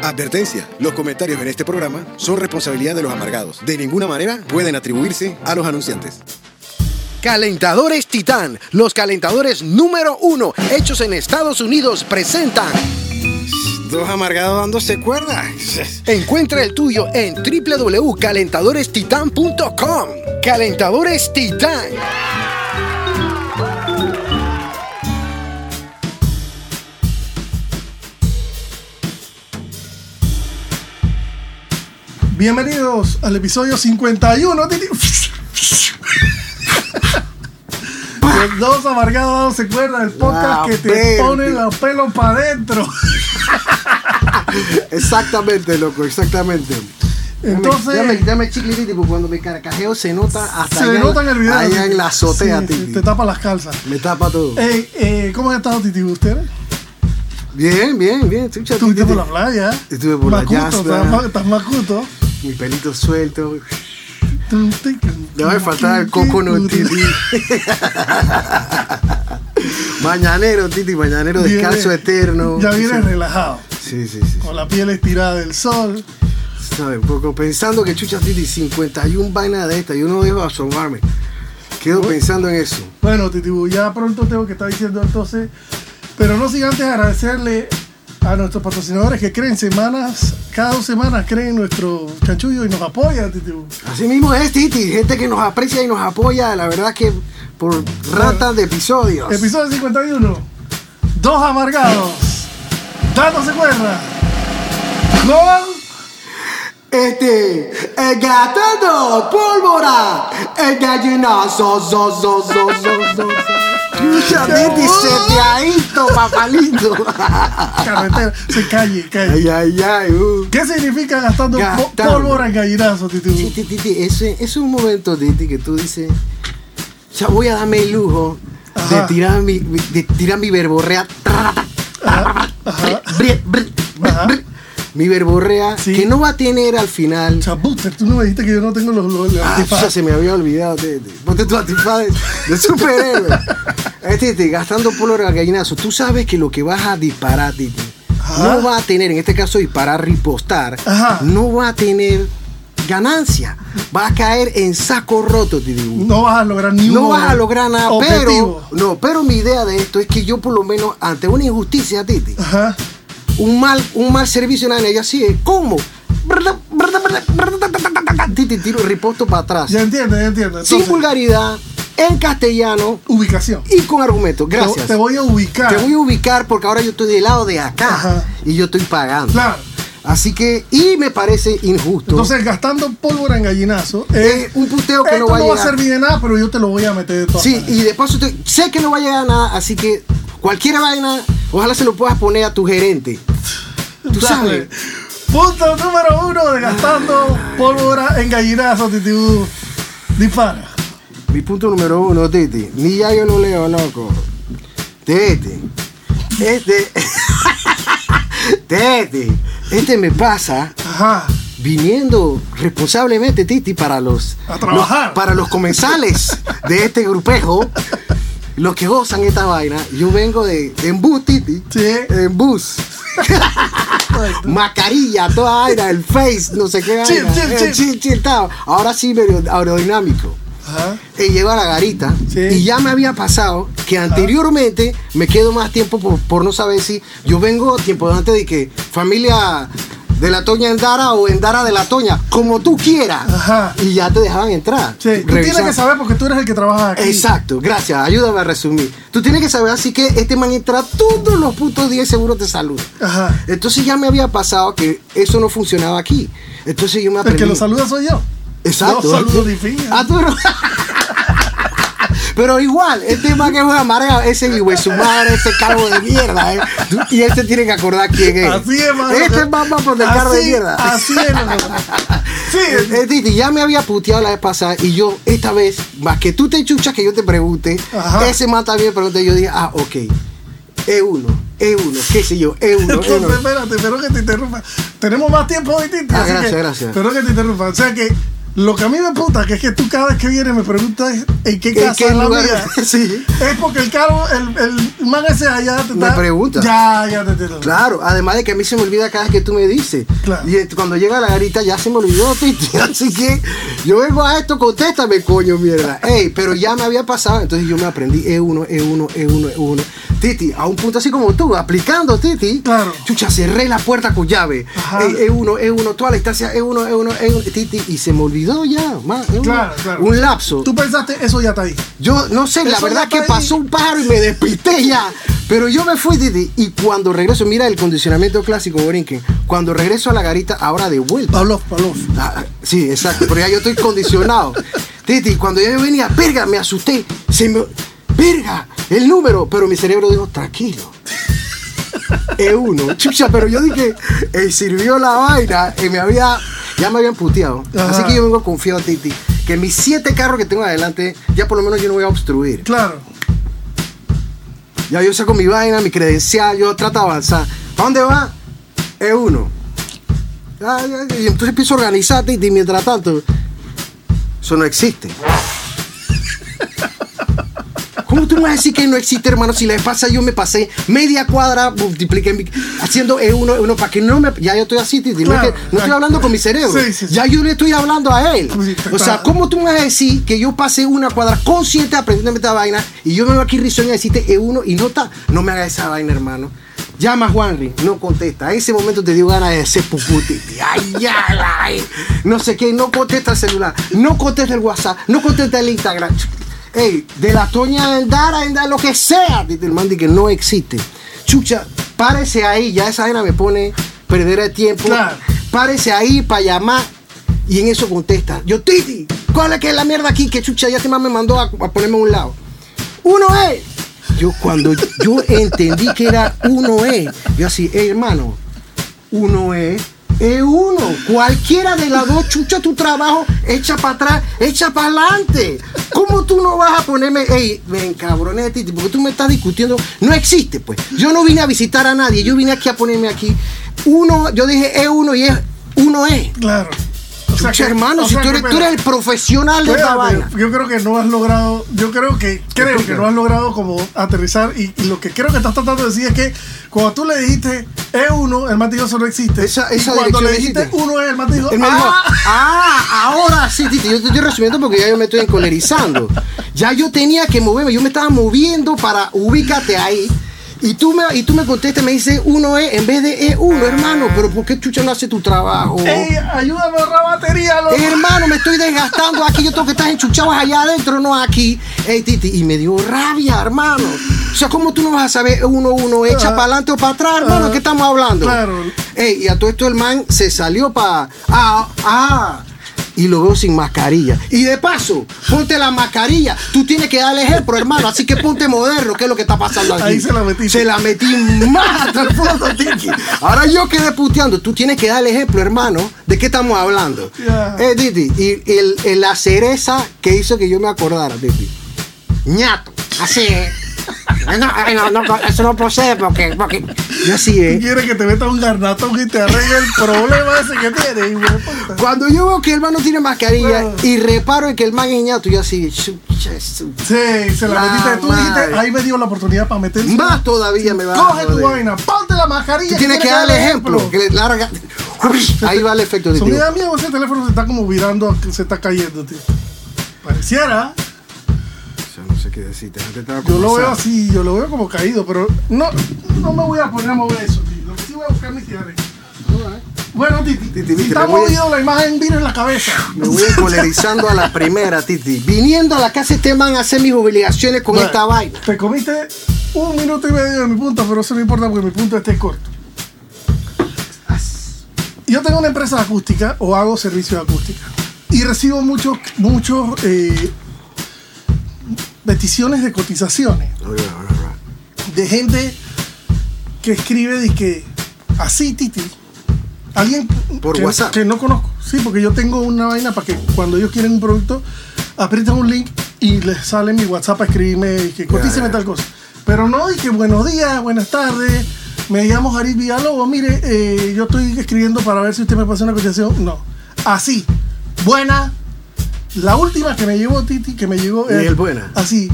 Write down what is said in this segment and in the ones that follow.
Advertencia: los comentarios en este programa son responsabilidad de los amargados. De ninguna manera pueden atribuirse a los anunciantes. Calentadores Titán, los calentadores número 1 hechos en Estados Unidos, presentan Dos amargados dándose cuerda. Encuentra el tuyo en www.calentadorestitan.com. Calentadores Titán. Bienvenidos al episodio 51 de Dos amargados dándose cuerda, el podcast que te pone los pelos para adentro. Exactamente, loco, exactamente. Entonces, dame chiclititi, porque cuando me carcajeo se nota hasta se allá, nota en el video, allá en la azotea, sí, Titi. te tapa las calzas. Me tapa todo. ¿Cómo han estado, Titi, ustedes? Bien. Escucha, ¿Estuviste por la playa? Estuve por la llanta. Estás macuto. Mi pelito suelto. No me faltaba el coconut, Titi. Mañanero, Titi, mañanero descalzo eterno. Ya vienes relajado. Sí. Con la piel estirada del sol. ¿Sabes? Porque pensando que chucha, Titi, 51 vainas de estas, yo no dejo de asomarme. Quedo pensando en eso. Bueno, Titi, ya pronto tengo que estar diciendo entonces. Pero no sin antes agradecerle a nuestros patrocinadores que creen cada 2 semanas creen nuestro chanchullo y nos apoyan, Titi. Así mismo es, Titi, gente que nos aprecia y nos apoya, la verdad que por ratas de episodios. Episodio 51. Dos amargados dándose cuerda con el gatando pólvora, el gallinazo, Escucha, Titi, sediadito, papalito. Carretera, se calle. Ay. ¿Qué significa gastando pólvora en gallinazo, Titi? Sí, Titi, es un momento, Titi, que tú dices, ya voy a darme el lujo de tirar mi verborrea. Mi verborrea, sí, que no va a tener al final. Chabuster, tú no me dijiste que yo no tengo los antifaz. Ya se me había olvidado. Ponte tu antifaz de superhéroe. Titi, gastando pólvora al gallinazo. Tú sabes que lo que vas a disparar, Titi, no va a tener, en este caso disparar, ripostar, no va a tener ganancia. Va a caer en saco roto, Titi. No vas a lograr ni No vas a lograr nada, objetivo. pero mi idea de esto es que yo, por lo menos, ante una injusticia, Titi, un mal servicio en la energía, así es, ¿cómo? Titi, tiro riposto para atrás. Ya entiendo. Entonces, sin vulgaridad, en castellano. Ubicación. Y con argumentos. Gracias. Te voy a ubicar. Te voy a ubicar porque ahora yo estoy del lado de acá. Y yo estoy pagando. Claro. Así que, y me parece injusto. Entonces, gastando pólvora en gallinazo es un puteo que no va a llegar. No va a servir de nada, pero yo te lo voy a meter de todas maneras. Y de paso sé que no va a llegar a nada, así que cualquier vaina, ojalá se lo puedas poner a tu gerente. Tú sabes. Punto número 1 de gastando pólvora en gallinazo, Titi. Dispara. Mi punto número 1, Titi. Ni ya yo lo leo, loco. Titi. Este me pasa. Viniendo responsablemente, Titi, para para los comensales de este grupejo, los que gozan esta vaina. Yo vengo en bus, Titi. Sí. En bus. Mascarilla, toda vaina, el face, no sé qué. Chill. Ahora sí, medio aerodinámico. Llego a la garita, y ya me había pasado que anteriormente me quedo más tiempo por no saber si yo vengo tiempo antes de que familia de la Toña en Dara o en Dara de la Toña, como tú quieras. Y ya te dejaban entrar. Sí, tú tienes que saber porque tú eres el que trabaja aquí. Exacto, gracias, ayúdame a resumir. Tú tienes que saber, así que este man entra todos los putos días seguro te saluda. Entonces ya me había pasado que eso no funcionaba aquí. Entonces yo me aprendí. El que lo saluda soy yo. Exacto. No saludo ni fin. Pero igual, este man que juega marea, ese hijo de su madre, ese cargo de mierda, y él se tiene que acordar quién es. Así es, man. Este man va por el cargo de mierda. Así es, man. Sí. Titi, ya me había puteado la vez pasada, y yo, esta vez, más que tú te chuchas que yo te pregunte, ese man también me preguntó, y yo dije, ok, E1, qué sé yo, E1. Entonces, espérate, espero que te interrumpa. Tenemos más tiempo hoy, Titi. Gracias. Espero que te interrumpa. O sea que Lo que a mí me puta, que es que tú cada vez que vienes me preguntas en qué casa es la mía. Sí. Es porque el carro, el man ese allá te me pregunta. Ya te Claro, además de que a mí se me olvida cada vez que tú me dices. Claro. Y cuando llega la garita ya se me olvidó, Titi. Así que yo vengo a esto, contéstame, coño, mierda. Ey, pero ya me había pasado, entonces yo me aprendí E1. Titi, a un punto así como tú, aplicando, Titi. Claro. Chucha, cerré la puerta con llave. E1, toda la instancia, E1, Titi, y se me olvidó ya, claro. Un lapso. ¿Tú pensaste, eso ya está ahí? Yo no sé, la verdad que pasó un pájaro y me despisté ya. Pero yo me fui, Titi, y cuando regreso, mira el condicionamiento clásico, Borinquen. Cuando regreso a la garita, ahora de vuelta. Pablo. Sí, exacto, pero ya yo estoy condicionado. Titi, cuando ya yo venía, verga, me asusté. Verga, el número. Pero mi cerebro dijo, tranquilo. E1. Chucha, pero yo dije, sirvió la vaina y ya me habían puteado. Ajá. Así que yo vengo confiado, Titi, que mis 7 carros que tengo adelante, ya por lo menos yo no voy a obstruir. Claro. Ya yo saco mi vaina, mi credencial, yo trato de avanzar. ¿Para dónde va? E1. Y entonces empiezo a organizar, Titi, mientras tanto, eso no existe. ¿Cómo tú me vas a decir que no existe, hermano? Si la vez pasada yo me pasé media cuadra, multipliqué haciendo E1 para que no me... Ya yo estoy así, Titi. Claro, no estoy hablando con mi cerebro. Sí. Ya yo le estoy hablando a él. Sí, o sea, ¿cómo tú me vas a decir que yo pasé una cuadra con 7 aprendiendo esta vaina y yo me voy aquí risueño a decirte E1 y no está? No me hagas esa vaina, hermano. Llama a Juanri, no contesta. A ese momento te dio ganas de hacer pupú, Titi. Ay. No sé qué, no contesta el celular, no contesta el WhatsApp, no contesta el Instagram. Ey, de la Toña del Dara, lo que sea, el man dice que no existe. Chucha, párese ahí, ya esa vaina me pone perder el tiempo. Claro. Párese ahí para llamar y en eso contesta. Yo, Titi, ¿cuál es que es la mierda aquí? Que chucha, ya este man me mandó a ponerme a un lado. 1E. Cuando yo entendí que era 1E, yo así, hermano, 1E. E1, cualquiera de las dos, chucha, tu trabajo, echa para atrás, echa para adelante. ¿Cómo tú no vas a ponerme, me encabroné, Titi, porque tú me estás discutiendo? No existe, pues. Yo no vine a visitar a nadie, yo vine aquí a ponerme aquí. Yo dije E1 y es 1E. Claro. Chucha, hermano, si tú eres el profesional de esta vaina. Yo creo que no has logrado, creo que no has logrado como aterrizar y lo que creo que estás tratando de decir es que cuando tú le dijiste E1, el man dijo eso no existe. Y cuando le dijiste 1E, el man dijo, ahora sí, Titi, yo te estoy resumiendo porque ya yo me estoy encolerizando. Ya yo tenía que moverme, yo me estaba moviendo para ubícate ahí. Y tú me contestas, me dices 1E en vez de E1, hermano. Pero ¿por qué chucha no hace tu trabajo? Ey, ayúdame a ahorrar batería, loco. Hermano, me estoy desgastando aquí. Yo tengo que estar enchuchado allá adentro, no aquí. Ey, Titi, y me dio rabia, hermano. O sea, ¿cómo tú no vas a saber 1 echa para adelante o para atrás, hermano? ¿De qué estamos hablando? Claro. Ey, y a todo esto el man se salió para... Y lo veo sin mascarilla. Y de paso, ponte la mascarilla. Tú tienes que dar el ejemplo, hermano. Así que ponte moderno, que es lo que está pasando aquí. Ahí se la metí. Se la metí más hasta el fondo, Titi. Ahora yo quedé puteando. Tú tienes que dar el ejemplo, hermano. ¿De qué estamos hablando? Yeah. Titi, y la cereza que hizo que yo me acordara, Titi. Ñato. Así es. No, eso no procede porque yo así ¿Quieres que te meta un garnatón y te arregle el problema ese que tienes? Cuando yo veo que el man no tiene mascarilla y reparo en que el man es ñato, yo así... Sí, se la metiste. Tú dijiste, ahí me dio la oportunidad para meterse. Más todavía me va a coge tu vaina, ponte la mascarilla. Tú tienes que darle ejemplo. Que larga... Ahí va el efecto de Mira, ese teléfono se está como virando, se está cayendo, tío. Pareciera... No sé qué decirte. Yo lo veo así, yo lo veo como caído, pero no me voy a poner a mover eso, tío. Lo que sí voy a buscar mis cigarrillos. Bueno, Titi, si está movido la imagen, vino en la cabeza. Me voy encolerizando a la primera, Titi. Viniendo a la casa este man a hacer mis obligaciones con esta vaina. Te comiste 1 minuto y medio de mi punto, pero eso no importa porque mi punto esté corto. Yo tengo una empresa de acústica o hago servicio de acústica y recibo muchos peticiones de cotizaciones de gente que escribe de que así, Titi, alguien por WhatsApp que no conozco, sí, porque yo tengo una vaina para que cuando ellos quieren un producto aprietan un link y les sale mi WhatsApp a escribirme que cotíceme tal cosa, pero no, y que buenos días, buenas tardes, me llamo Jarid Villalobos, mire, yo estoy escribiendo para ver si usted me pasa una cotización. No, así, buenas La última que me llegó, Titi, que me llegó es buena. Así,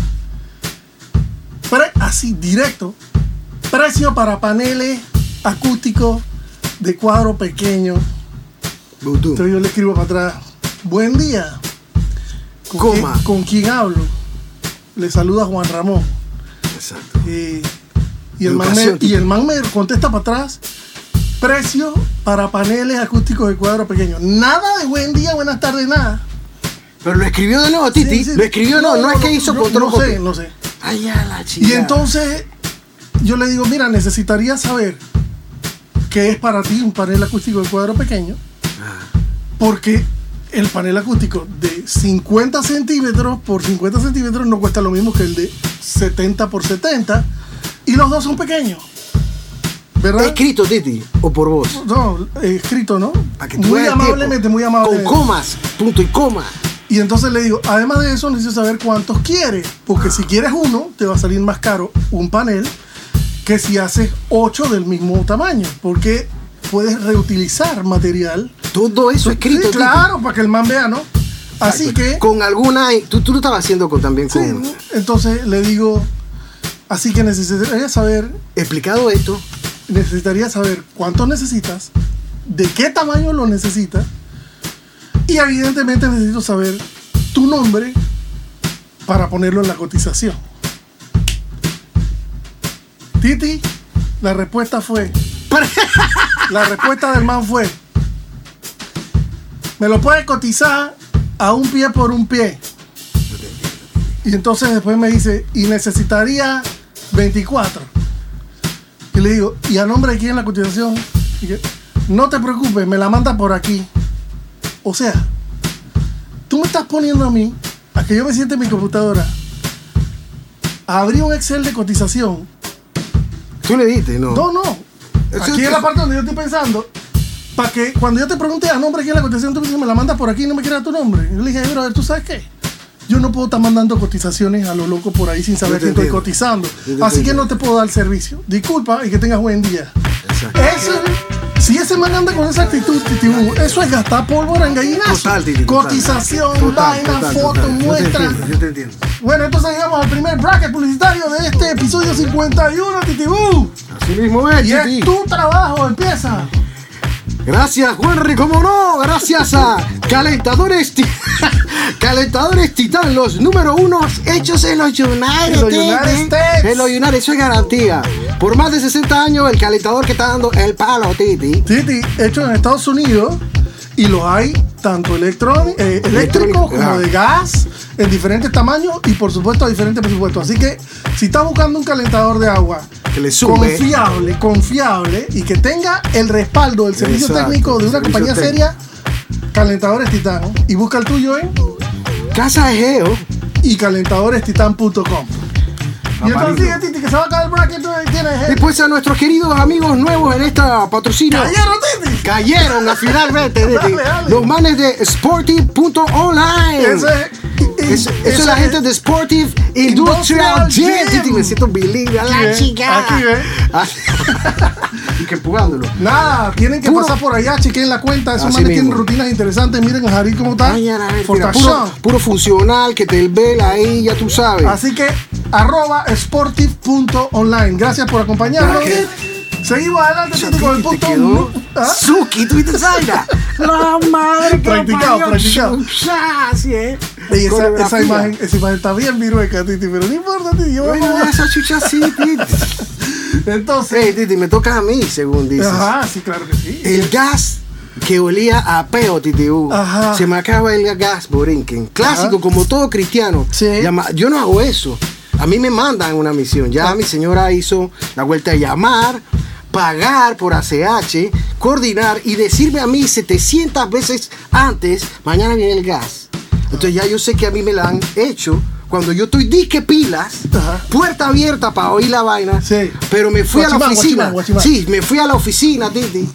directo. Precio para paneles acústicos de cuadro pequeño. Entonces yo le escribo para atrás. Buen día. ¿Con quién hablo? Le saluda Juan Ramón. Exacto. Y el man me contesta para atrás. Precio para paneles acústicos de cuadro pequeño. Nada de buen día, buenas tardes, nada. Pero lo escribió de nuevo, Titi. Sí. Lo escribió no es que hizo control. No sé. Ay, a la chica. Y entonces yo le digo, mira, necesitaría saber qué es para ti un panel acústico de cuadro pequeño. Porque el panel acústico de 50 centímetros por 50 centímetros no cuesta lo mismo que el de 70 por 70. Y los dos son pequeños. ¿Verdad? ¿Escrito, Titi? ¿O por vos? No, escrito, ¿no? Muy amablemente. Con comas, punto y coma. Y entonces le digo, además de eso necesito saber cuántos quieres. Porque si quieres uno, te va a salir más caro un panel que si haces 8 del mismo tamaño. Porque puedes reutilizar material. Todo eso escrito. Sí, claro, para que el man vea, ¿no? Así que... Con alguna... Tú lo estabas haciendo también con... Sí, entonces le digo... Así que necesitaría saber... Explicado esto... Necesitaría saber cuánto necesitas, de qué tamaño lo necesitas, y evidentemente necesito saber tu nombre para ponerlo en la cotización. Titi, la respuesta del man fue: me lo puedes cotizar a un pie por un pie. Y entonces después me dice, y necesitaría 24. Y le digo, ¿y a nombre de quién la cotización? Y que, no te preocupes, me la manda por aquí. O sea, tú me estás poniendo a mí, a que yo me siente en mi computadora, a abrir un Excel de cotización. ¿Tú le diste? No. No. Aquí es la parte donde yo estoy pensando, para que cuando yo te pregunte a nombre de quién la cotización, tú me dices, me la mandas por aquí y no me quieras tu nombre. Y yo le dije, pero a ver, ¿tú sabes qué? Yo no puedo estar mandando cotizaciones a lo loco por ahí sin saber que estoy cotizando. Así que no te puedo dar servicio. Disculpa y que tengas buen día. Exacto. Si ese man anda con esa actitud, eso es gastar pólvora en gallinazo. Total, cotización, vaina, foto, muestra. Yo te entiendo. Bueno, entonces llegamos al primer bracket publicitario de este episodio 51, Titibú. Así mismo es, y es tu trabajo, empieza. Gracias, Henry, como no, gracias a Calentadores Titán, los número 1 hechos en los United States. En los United, eso es garantía. Por más de 60 años, el calentador que está dando el palo, Titi, hecho en Estados Unidos, y los hay tanto eléctricos como de gas, en diferentes tamaños y por supuesto a diferentes presupuestos. Así que si estás buscando un calentador de agua que le sube, confiable y que tenga el respaldo del servicio técnico de una compañía seria, Calentadores Titán. Y busca el tuyo en Casa Egeo y calentadorestitan.com. Y entonces sigue, Titi, que se va a acabar el bracket. Después a nuestros queridos amigos nuevos en esta patrocinio. ¡Cayeron, Titi! Cayeron finalmente, Titi. Dale. Los manes de Sportive.online. Eso es la gente de Sportive Industrial Gym. Titi, me siento bilingüe. La chica. Aquí y que empujándolo. Nada, tienen que pasar por allá, chequen la cuenta. Esos manes tienen rutinas interesantes. Miren a Jari cómo está. Puro funcional, que te vela ahí, ya tú sabes. Así que @sportive.online. Gracias por acompañarnos. Seguimos adelante, Titi, con el punto. Suki, tú viste esa. La madre que practicado. Así es. Esa imagen está bien virueca, Titi, pero no importa, Titi. Esa chucha sí, Titi. Entonces, Titi, me toca a mí, según dices. Ajá, sí, claro que sí. El gas que olía a peo, Titi. Se me acaba el gas borinquen. Clásico, como todo cristiano. Sí. Yo no hago eso. A mí me mandan una misión. Ya mi señora hizo la vuelta de llamar, pagar por ACH, coordinar y decirme a mí 700 veces antes, mañana viene el gas. Entonces ya yo sé que a mí me la han hecho cuando yo estoy disque pilas, puerta abierta para oír la vaina, pero me fui a la oficina. Sí, me fui a la oficina, Titi,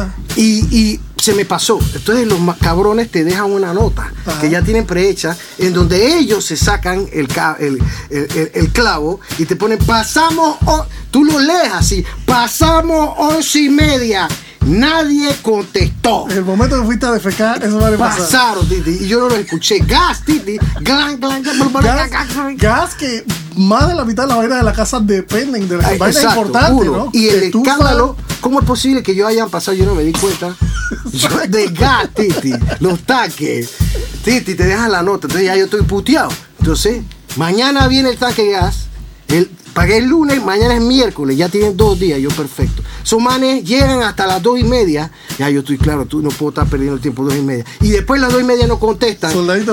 y se me pasó. Entonces los cabrones te dejan una nota que ya tienen prehecha, en donde ellos se sacan el clavo y te ponen, tú lo lees así, pasamos 11:30. Nadie contestó. En el momento que fuiste a defecar, eso va a pasar. Pasaron, Titi, y yo no lo escuché. Gas, Titi. Gas que más de la mitad de las vainas de la casa dependen de las vainas importantes, ¿no? Y el escándalo, ¿cómo es posible que yo hayan pasado? Yo no me di cuenta. De gas, Titi. Los taques. Titi, te dejan la nota. Entonces ya yo estoy puteado. Entonces, mañana viene el tanque de gas. Pagué el lunes, mañana es miércoles, ya tienen 2 días, yo perfecto. Esos manes llegan hasta las 2:30, ya yo estoy claro, tú no puedo estar perdiendo el tiempo 2:30. Y después las 2:30 no contestan.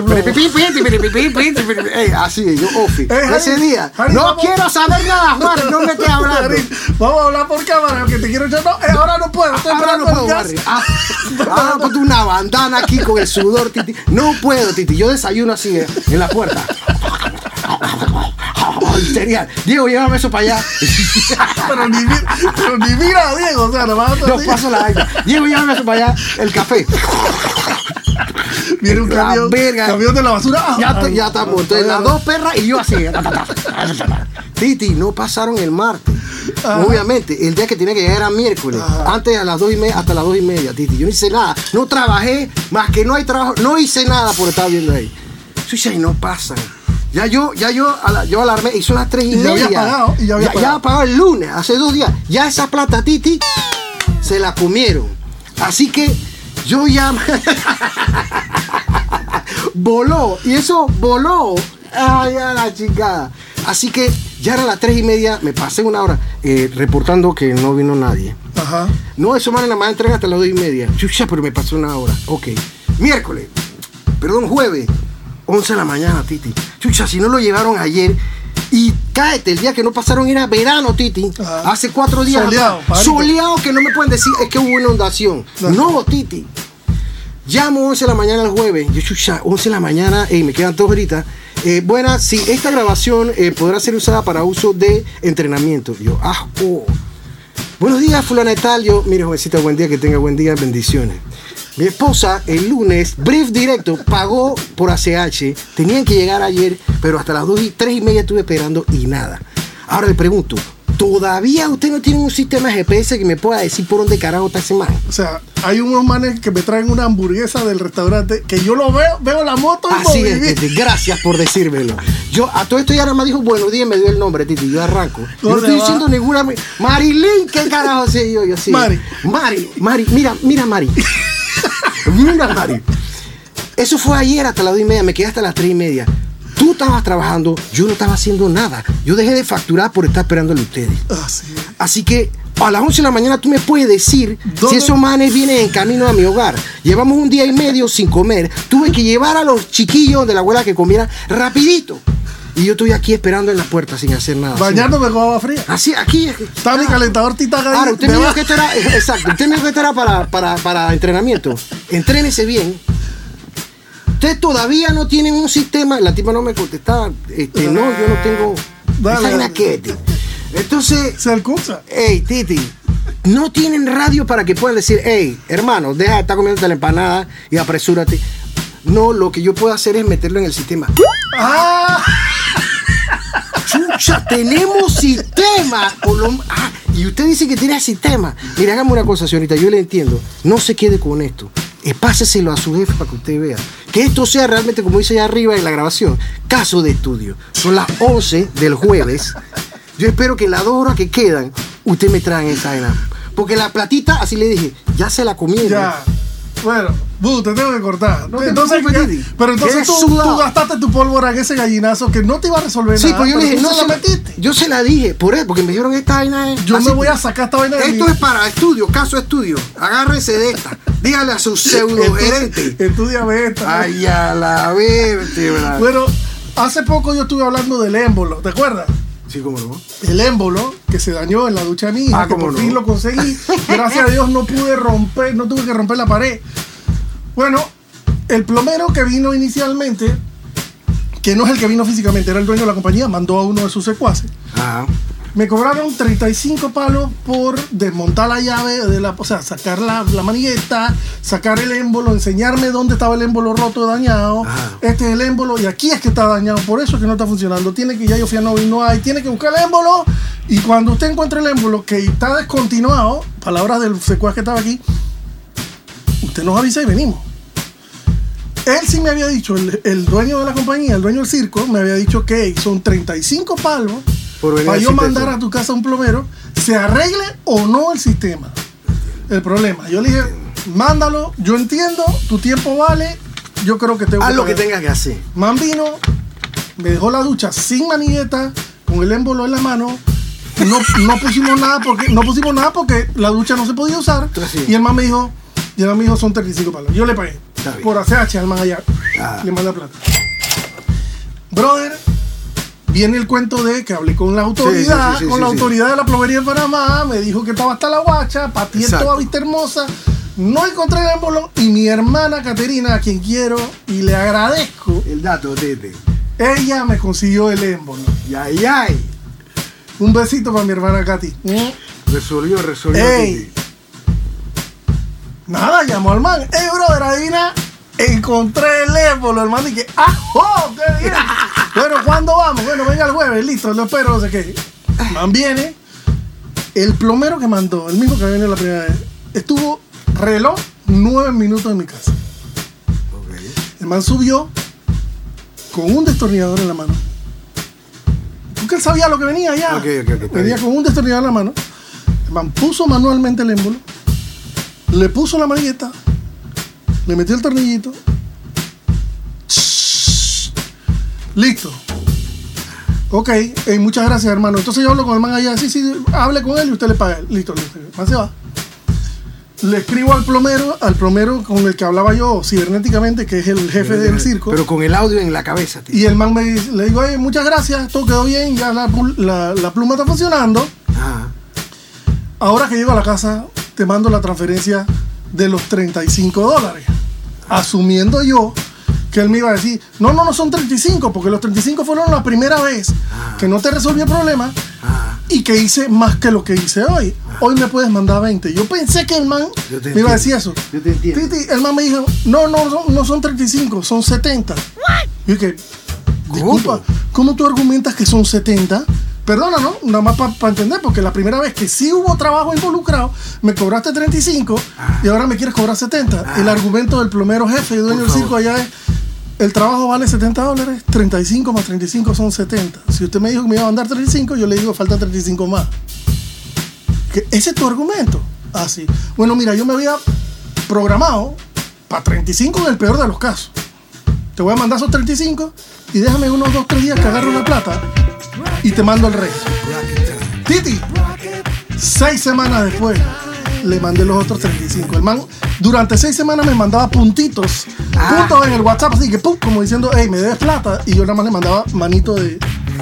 Así, yo ofi. Ese día, no quiero saber nada, Juan, no me estés hablando. Vamos a hablar por cámara, que te quiero echar. No, ahora no puedo, ahora no puedo, Barry. Ahora ponte una bandana aquí con el sudor, Titi. No puedo, Titi, yo desayuno así en la puerta. Serial. Diego, llévame eso para allá. pero ni mira a Diego, o sea, nomás. No paso la vaina. Diego, llévame eso para allá. El café. Viene un camión de la basura. Ya estamos. Entonces, las 2 perras y yo así. Titi, no pasaron el martes. Obviamente, el día que tenía que llegar era miércoles. Antes a las 2:30, hasta las 2:30, Titi. Yo no hice nada. No trabajé, más que no hay trabajo. No hice nada por estar viendo ahí. Y no pasan. Yo alarmé y son las 3:30. Ya había pagado el lunes, hace 2 días. Ya esa plata, Titi, se la comieron. Así que yo ya voló. Y eso voló. Ay, a la chingada. Así que ya eran las 3:30. Me pasé 1 hora reportando que no vino nadie. Ajá. No, eso más nada más entrega hasta las 2:30. Chucha, pero me pasé 1 hora. Ok. Jueves. 11 de la mañana, Titi. Chucha, si no lo llevaron ayer. Y cáete, el día que no pasaron era verano, Titi. Hace 4 días. Soleado, que no me pueden decir es que hubo inundación. No, Titi. Llamo 11 de la mañana el jueves. Yo, chucha, 11 de la mañana. Me quedan 2 horitas. Buenas, sí, esta grabación podrá ser usada para uso de entrenamiento. Yo, buenos días, fulana de tal. Yo, mire, jovencita, buen día, que tenga buen día, bendiciones. Mi esposa el lunes, brief directo, pagó por ACH. Tenían que llegar ayer, pero hasta las 3:30 estuve esperando y nada. Ahora le pregunto, ¿todavía usted no tiene un sistema GPS que me pueda decir por dónde carajo está ese man? O sea, hay unos manes que me traen una hamburguesa del restaurante que yo lo veo la moto y así es, Titi, gracias por decírmelo. Yo a todo esto ya nada más dijo buenos días, me dio el nombre, Titi, yo arranco. Yo no estoy diciendo ninguna... Marilyn, ¿qué carajo sé yo? Yo sí. Mari, mira Mari. Mira, Mari. Eso fue ayer hasta las 2:30, me quedé hasta las 3:30. Tú estabas trabajando, yo no estaba haciendo nada. Yo dejé de facturar por estar esperándole a ustedes. Así que a las 11 de la mañana tú me puedes decir si esos manes vienen en camino a mi hogar. Llevamos 1 día y medio sin comer. Tuve que llevar a los chiquillos de la abuela que comieran rapidito. Y yo estoy aquí esperando en la puerta sin hacer nada. Bañándome con agua fría. Así, aquí. Está mi calentador Titán ahí. Ahora, usted me dijo que esto era... Exacto. Usted me dijo que esto era para entrenamiento. Entrénese bien. Usted todavía no tienen un sistema. La tipa no me contestaba. No, yo no tengo... Entonces... Se alcanza. Ey, Titi. No tienen radio para que puedan decir, hey, hermano, deja de estar comiéndote la empanada y apresúrate. No, lo que yo puedo hacer es meterlo en el sistema. Chucha, tenemos sistema. Y usted dice que tiene sistema. Mira, hagamos una cosa, señorita, yo le entiendo. No se quede con esto. Páseselo a su jefe para que usted vea. Que esto sea realmente, como dice allá arriba en la grabación, caso de estudio. Son las 11 del jueves. Yo espero que en las 2 horas que quedan, usted me traiga esa vaina. Porque la platita, así le dije, ya se la comieron. Ya. Bueno, te tengo que cortar. No, entonces tú gastaste tu pólvora en ese gallinazo que no te iba a resolver nada. Sí, pues yo le dije, no se la metiste. Yo se la dije, porque me dieron esta vaina. Yo me voy a sacar esta vaina de esto es para estudio, caso estudio. Agárrese de esta. Dígale a su pseudo gerente. Estúdiame esta. Ay, a la vértebra. Bueno, hace poco yo estuve hablando del émbolo, ¿te acuerdas? Sí, cómo no. El émbolo que se dañó en la ducha de mi hija, que por fin lo conseguí. Gracias a Dios no tuve que romper la pared. Bueno, el plomero que vino inicialmente, que no es el que vino físicamente, era el dueño de la compañía, mandó a uno de sus secuaces. Me cobraron 35 palos por desmontar la llave, o sea, sacar la manigueta, sacar el émbolo, enseñarme dónde estaba el émbolo roto, dañado. Este es el émbolo y aquí es que está dañado, por eso es que no está funcionando. Ya yo fui a Novi, no hay, tiene que buscar el émbolo Y cuando usted encuentra el émbolo que está descontinuado, palabras del secuaz que estaba aquí, usted nos avisa y venimos. Él sí me había dicho, el dueño de la compañía, el dueño del circo, me había dicho que son 35 palos para yo mandar a tu casa un plomero, se arregle o no el sistema. El problema. Yo le dije, mándalo, yo entiendo, tu tiempo vale, yo creo que tengo que haz lo que tengas que hacer. Man vino, me dejó la ducha sin manigueta, con el émbolo en la mano. No pusimos nada porque la ducha no se podía usar. Sí. Y el man me dijo, son 35 palos. Yo le pagué. Por ACH al man allá. Le mandé plata. Brother, viene el cuento de que hablé con la autoridad, la autoridad de la plomería en Panamá, me dijo que estaba hasta la guacha, pateé toda Vista Hermosa, no encontré el émbolo y mi hermana Caterina, a quien quiero y le agradezco. El dato, Tete. Ella me consiguió el émbolo. Ay. Un besito para mi hermana Katy. Resolvió. Ey. Nada, llamó al man. Ey, brother, adivina, encontré el émbolo. El man dije, ¡oh, qué bien! Bueno, ¿cuándo vamos? Bueno, venga el jueves, listo, lo espero, no sé qué. El man viene. El plomero que mandó, el mismo que vino la primera vez, estuvo reloj 9 minutos en mi casa. Okay. El man subió con un destornillador en la mano. Porque él sabía lo que venía ya. Okay, venía con un destornillador en la mano. El man puso manualmente el émbolo. Le puso la manigueta, le metió el tornillito. Listo. Ok, muchas gracias, hermano. Entonces yo hablo con el man allá. Sí, hable con él y usted le paga. Listo. El man se va. Le escribo al plomero con el que hablaba yo cibernéticamente, que es el jefe del circo. Pero con el audio en la cabeza, tío. Y el man le digo, muchas gracias, todo quedó bien, ya la pluma está funcionando. Ajá. Ahora que llego a la casa, te mando la transferencia de los $35, asumiendo yo que él me iba a decir, no son 35, porque los 35 fueron la primera vez que no te resolví el problema y que hice más que lo que hice hoy. Hoy me puedes mandar 20. Yo pensé que el man me iba a decir eso. Yo te entiendo. Titi, el man me dijo, no son 35, son 70. Y dije, disculpa, ¿cómo tú argumentas que son 70? Perdona, ¿no? Nada más para entender, porque la primera vez que sí hubo trabajo involucrado, me cobraste 35 y ahora me quieres cobrar 70. El argumento del plomero jefe y dueño del circo allá es, el trabajo vale $70, 35 más 35 son 70. Si usted me dijo que me iba a mandar 35, yo le digo, falta 35 más. Ese es tu argumento. Así. Bueno, mira, yo me había programado para 35 en el peor de los casos. Te voy a mandar esos 35 y déjame unos 2-3 días que agarro la plata y te mando el resto. Titi, 6 semanas después le mandé los otros 35. El man durante 6 semanas me mandaba puntos en el WhatsApp, así que pum, como diciendo, me debes plata, y yo nada más le mandaba manito de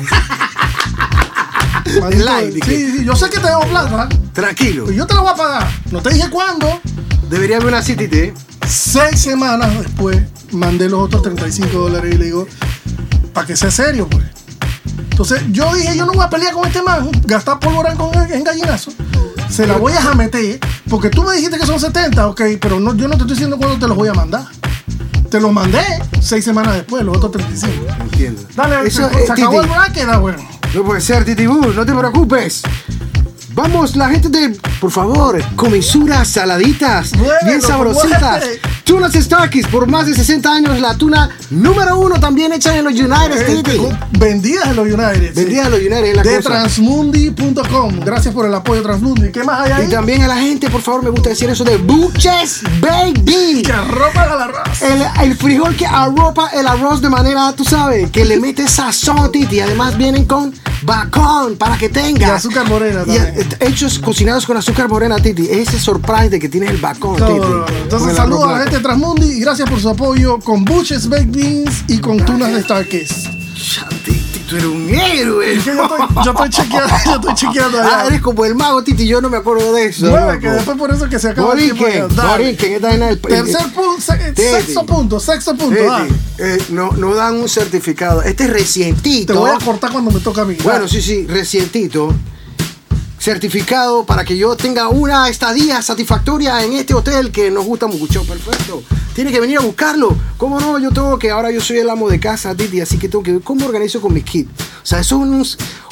sí, yo sé que te debo plata. Tranquilo. Pues yo te lo voy a pagar. No te dije cuándo. Debería haber una cita, ¿eh? 6 semanas después mandé los otros $35 y le digo, para que sea serio, pues. Entonces yo dije, yo no voy a pelear con este man, gastar pólvora en gallinazo. Se la voy a jameter, porque tú me dijiste que son 70, ok, pero no, yo no te estoy diciendo cuándo te los voy a mandar. Te los mandé 6 semanas después, los otros 35. Entiendo. Dale, se acabó el bracket, bueno. No puede ser, Titi Boo, no te preocupes. Vamos, la gente por favor, comisuras saladitas, bien sabrositas. Tunas Starkey's, por más de 60 años, la tuna número 1 también hecha en los United, Titi. Vendidas en los United. Vendidas en los United, es la de cosa. Transmundi.com. Gracias por el apoyo, Transmundi. ¿Qué más hay ahí? Y también a la gente, por favor, me gusta decir eso de Buches Baby. Que arropa el arroz. El frijol que arropa el arroz de manera, tú sabes, que le mete sazón, Titi. Además vienen con bacon para que tenga. Y azúcar morena también. Hechos, cocinados con azúcar morena, Titi. Ese surprise de que tiene el bacon, Titi. Entonces, saludos a la gente de Transmundi y gracias por su apoyo con Buches Baked Beans y con tunas de Starkey's. Titi, tú eres un héroe. Yo estoy chequeando allá. Eres como el mago, Titi. Yo no me acuerdo de eso. Bueno, que después por eso que se acabó el tiempo. Borinquen, esta es el tercer punto, sexto punto. No dan un certificado. Este es recientito. Te voy a cortar cuando me toca a mí. Bueno, sí, recientito. Certificado para que yo tenga una estadía satisfactoria en este hotel que nos gusta mucho. Perfecto. Tiene que venir a buscarlo. ¿Cómo no? Ahora yo soy el amo de casa, Titi, así que tengo que ver cómo organizo con mis kits. O sea, eso es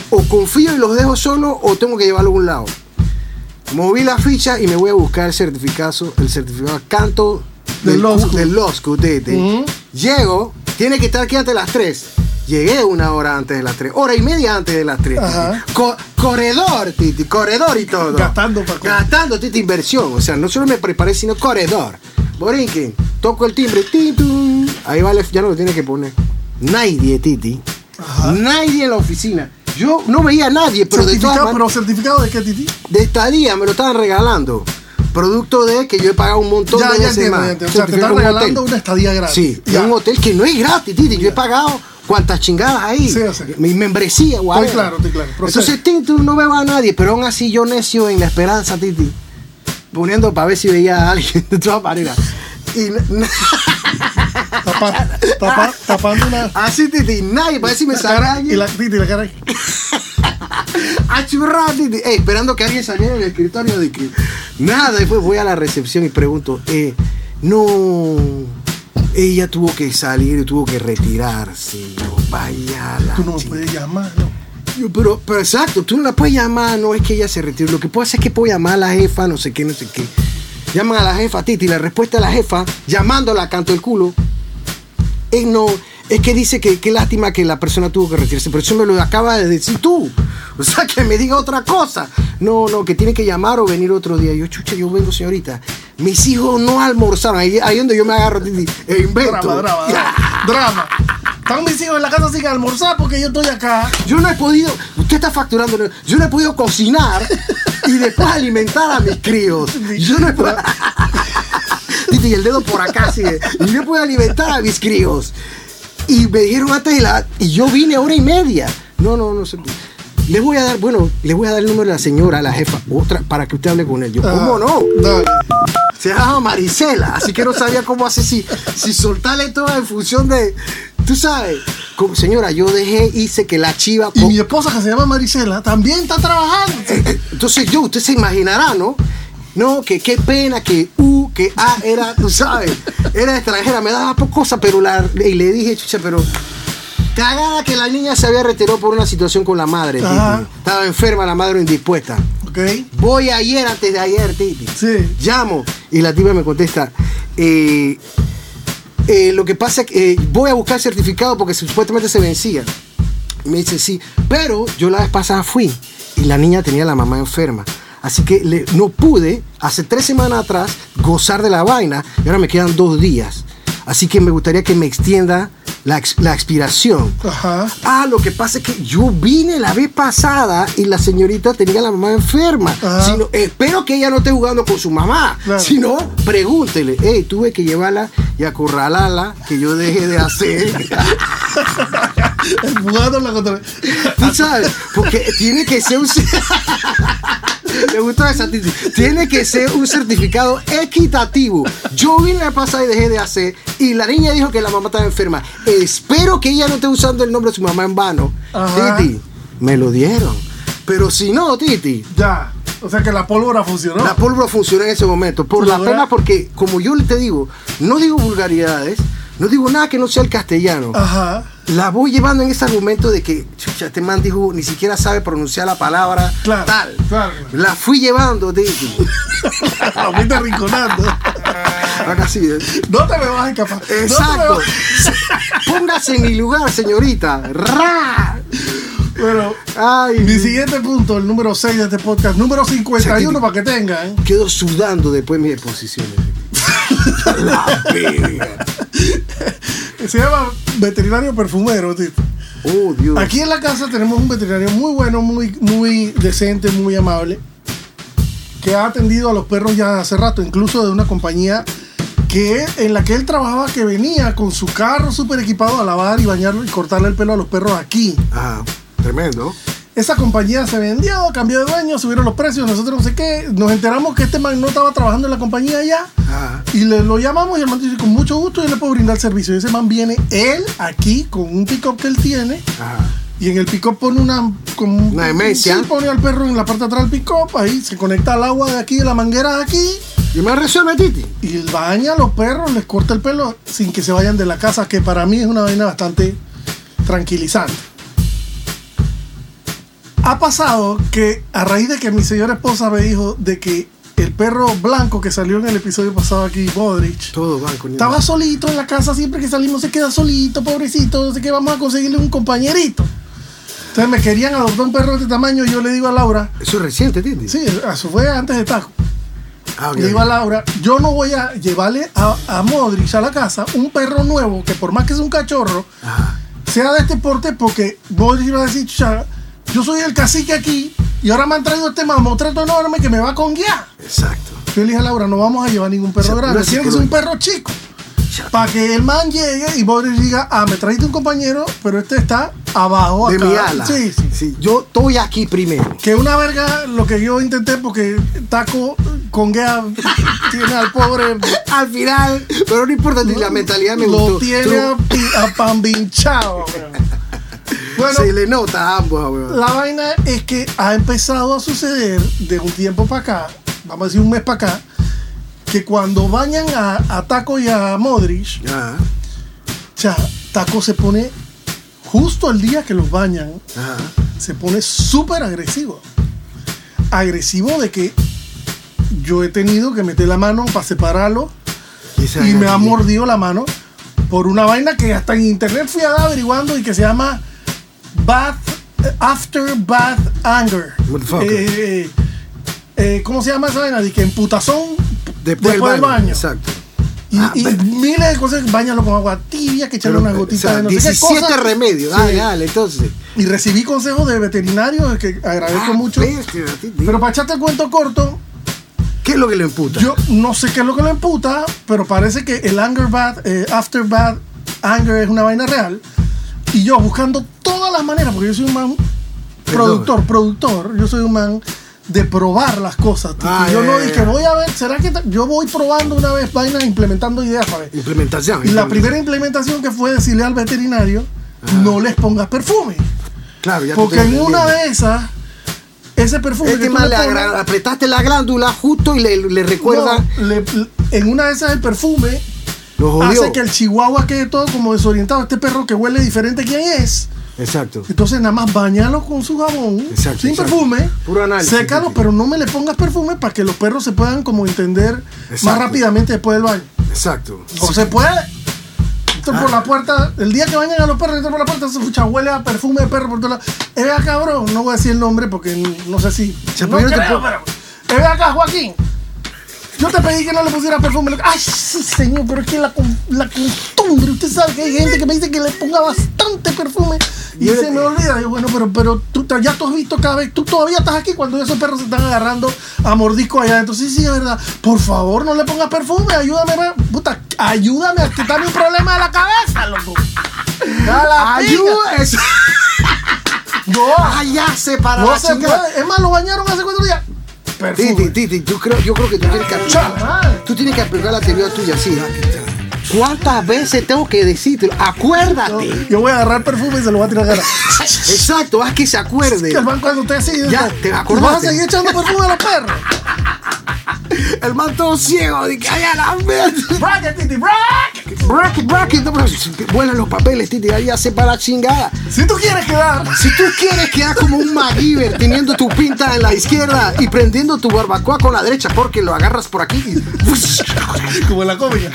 o confío y los dejo solos o tengo que llevarlo a un lado. Moví la ficha y me voy a buscar el certificado canto del LOSCU. Llego, tiene que estar aquí antes de las 3. Llegué 1 hora antes de las 3, hora y media antes de las 3. Corredor, Titi, corredor y todo. Gastando, Titi, inversión. O sea, no solo me preparé, sino corredor. Borinquen, toco el timbre, titum. Ahí vale, ya no lo tiene que poner. Nadie, Titi. Nadie en la oficina. Yo no veía a nadie, pero de todas maneras. ¿Pero certificado de qué, Titi? De estadía, me lo estaban regalando. Producto de que yo he pagado un montón de veces más. O sea, te están regalando una estadía gratis. Sí, en un hotel que no es gratis, Titi. Yo he pagado cuantas chingadas ahí. Sí, mi membresía, guau. Estoy claro. Entonces, Titi, no veo a nadie, pero aún así yo necio en la esperanza, Titi. Poniendo para ver si veía a alguien de todas maneras. Y tapando una. Así, Titi, nadie, para ver si me saca alguien. Y la cara ahí. Achurra, Titi. Esperando que alguien saliera del escritorio de que. Nada, después voy a la recepción y pregunto, no. Ella tuvo que salir, tuvo que retirarse. Yo, vaya la. Tú no me puedes llamar, ¿no? Pero exacto, tú no la puedes llamar, no es que ella se retire. Lo que puedo hacer es que puedo llamar a la jefa, no sé qué. Llaman a la jefa, Titi, y la respuesta de la jefa, llamándola, canto el culo, es que dice que qué lástima que la persona tuvo que retirarse, pero eso me lo acaba de decir tú. O sea, que me diga otra cosa. No, que tiene que llamar o venir otro día. Yo, chucha, yo vengo, señorita. Mis hijos no almorzaron. Ahí donde yo me agarro, Titi, e invento. Drama. Están mis hijos en la casa sin almorzar porque yo estoy acá. Yo no he podido, usted está facturando, yo no he podido cocinar y después alimentar a mis críos. Yo no he podido. Y el dedo por acá sigue. Y yo puedo alimentar a mis críos. Y me dijeron antes y yo vine 1:30. No sé. Les voy a dar el número de la señora, la jefa, otra, para que usted hable con él. Yo, ¿cómo no? Se llama Marisela, así que no sabía cómo hacer si soltarle todo en función de. Tú sabes, señora, yo hice que la chiva. Y mi esposa, que se llama Marisela, también está trabajando. Entonces usted se imaginará, ¿no? No, que qué pena que que A era, tú sabes, era extranjera, me daba por cosa, pero y le dije, chucha, pero cagada que la niña se había retirado por una situación con la madre, Titi. Estaba enferma, la madre indispuesta. Okay. Voy antes de ayer, Titi. Sí. Llamo y la tipa me contesta, lo que pasa es que voy a buscar el certificado porque supuestamente se vencía. Y me dice, sí, pero yo la vez pasada fui y la niña tenía a la mamá enferma. Así que no pude, hace 3 semanas atrás, gozar de la vaina y ahora me quedan 2 días. Así que me gustaría que me extienda la expiración. Lo que pasa es que yo vine la vez pasada y la señorita tenía a la mamá enferma. Espero que ella no esté jugando con su mamá. Claro. Si no, pregúntele. Tuve que llevarla y acorralarla, que yo dejé de hacer. Jugando la contra. Tú sabes, porque tiene que ser un. Me gustó esa, Titi. Tiene que ser un certificado equitativo. Yo vine la pasada y dejé de hacer. Y la niña dijo que la mamá estaba enferma. Espero que ella no esté usando el nombre de su mamá en vano. Titi, me lo dieron. Pero si no, Titi. Ya. O sea que la pólvora funcionó. La pólvora funcionó en ese momento. Por la pena, porque como yo te digo, no digo vulgaridades, no digo nada que no sea el castellano. La voy llevando en ese argumento de que, chucha, este man dijo, ni siquiera sabe pronunciar la palabra tal. Claro. La fui llevando, Titi. La fuiste arrinconando. Acá sí. No te me vas a escapar. Exacto. Póngase en mi lugar, señorita. ¡Ra! Bueno, mi siguiente punto, el número 6 de este podcast, número 51, para que tengan. Quedo sudando después de mis exposiciones. La verga. Se llama veterinario perfumero, Tito. Oh, Dios. Aquí en la casa tenemos un veterinario muy bueno, muy decente, muy amable, que ha atendido a los perros ya hace rato, incluso de una compañía en la que él trabajaba, que venía con su carro súper equipado a lavar y bañarlo y cortarle el pelo a los perros aquí. Tremendo. Esa compañía se vendió, cambió de dueño, subieron los precios, nosotros no sé qué. Nos enteramos que este man no estaba trabajando en la compañía ya. Y lo llamamos y el man dice, con mucho gusto yo le puedo brindar servicio. Y ese man viene, él, aquí, con un pick-up que él tiene. Y en el pick-up pone una demencia. Sí, pone al perro en la parte de atrás del pick-up, ahí se conecta al agua de aquí, de la manguera de aquí. Y me resuelve, Titi. Y baña a los perros, les corta el pelo sin que se vayan de la casa, que para mí es una vaina bastante tranquilizante. Ha pasado que a raíz de que mi señora esposa me dijo de que el perro blanco que salió en el episodio pasado aquí, Modric, todo blanco, estaba solito en la casa, siempre que salimos se queda solito, pobrecito, así que vamos a conseguirle un compañerito. Entonces me querían adoptar un perro de este tamaño y yo le digo a Laura... Eso es reciente, ¿entiendes? Sí, eso fue antes de Taco. Okay. Le digo a Laura, yo no voy a llevarle a Modric a la casa un perro nuevo que por más que sea un cachorro, sea de este porte, porque Modric va a decir, yo soy el cacique aquí y ahora me han traído este mamotreto enorme que me va a conguiar. Exacto. Yo le dije a Laura, no vamos a llevar ningún perro grande, tiene que ser un perro chico. Para que el man llegue y Modric diga, me trajiste un compañero, pero este está abajo de acá. Mi ala. Sí. Yo estoy aquí primero. Que una verga lo que yo intenté, porque Taco conguea tiene al pobre al final, pero no importa, la mentalidad me gustó. Lo tiene a pambinchado. Bueno, se le nota a ambos, weón. La vaina es que ha empezado a suceder de un tiempo para acá, vamos a decir un mes para acá, que cuando bañan a Taco y a Modric, Taco se pone, justo el día que los bañan, se pone súper agresivo. Agresivo de que yo he tenido que meter la mano para separarlo y me ha mordido la mano por una vaina que hasta en internet fui averiguando y que se llama After Bath Anger. ¿Cómo se llama esa vaina? De que emputazón después del baño. Exacto. Y miles de cosas, bañalo con agua tibia, que echarle una gotita de no sé qué cosa. 17 remedios, dale, entonces. Y recibí consejos de veterinarios que agradezco mucho. Pero para echarte el cuento corto, ¿qué es lo que le emputa? Yo no sé qué es lo que le emputa, pero parece que el Anger Bath, After Bath Anger es una vaina real. Y yo buscando todas las maneras, porque yo soy un man productor, yo soy un man de probar las cosas. Yo no dije, voy a ver, ¿será que yo voy probando una vez vainas, implementando ideas para ver? Implementación. Y la primera implementación que fue decirle al veterinario, no les pongas perfume. Claro, ya. Porque en una de esas, ese perfume que tú le apretaste la glándula justo y le recuerda. En una de esas el perfume hace que el chihuahua quede todo como desorientado. Este perro que huele diferente, ¿quién es? Exacto. Entonces nada más bañalo con su jabón, sin perfume, puro análisis, sécalo, pero no me le pongas perfume para que los perros se puedan como entender más rápidamente después del baño. Exacto. O se puede. Entra por la puerta, el día que bañan a los perros, entra por la puerta, se escucha, huele a perfume de perro por todos lados. Cabrón, no voy a decir el nombre porque no sé si. No creo, pero acá, Joaquín. Yo te pedí que no le pusiera perfume. Ay, sí, señor, pero es que la costumbre. Usted sabe que hay gente que me dice que le ponga bastante perfume y se me olvida. Yo, bueno, pero tú has visto cada vez. Tú todavía estás aquí cuando esos perros se están agarrando a mordisco allá adentro. Sí, es verdad. Por favor, no le pongas perfume. Ayúdame a quitarme un problema de la cabeza, loco. Ayuda. Ya se para no se puede. Es más, lo bañaron hace 4 días. Titi, yo creo que tú tienes que aplicar la teoría tuya así. ¿Cuántas veces tengo que decirte? Acuérdate. Yo voy a agarrar perfume y se lo voy a tirar a cara. Exacto, haz que se acuerde. Que el man cuando usted así. Ya, te acordaste. Vas a seguir echando perfume a los perros. El man todo ciego. De que haya la bracket, Titi, bracket. No, vuelan los papeles, Titi. Ahí ya se para la chingada. Si tú quieres quedar como un MacGyver teniendo tu pinta en la izquierda y prendiendo tu barbacoa con la derecha porque lo agarras por aquí. Como en la cómica.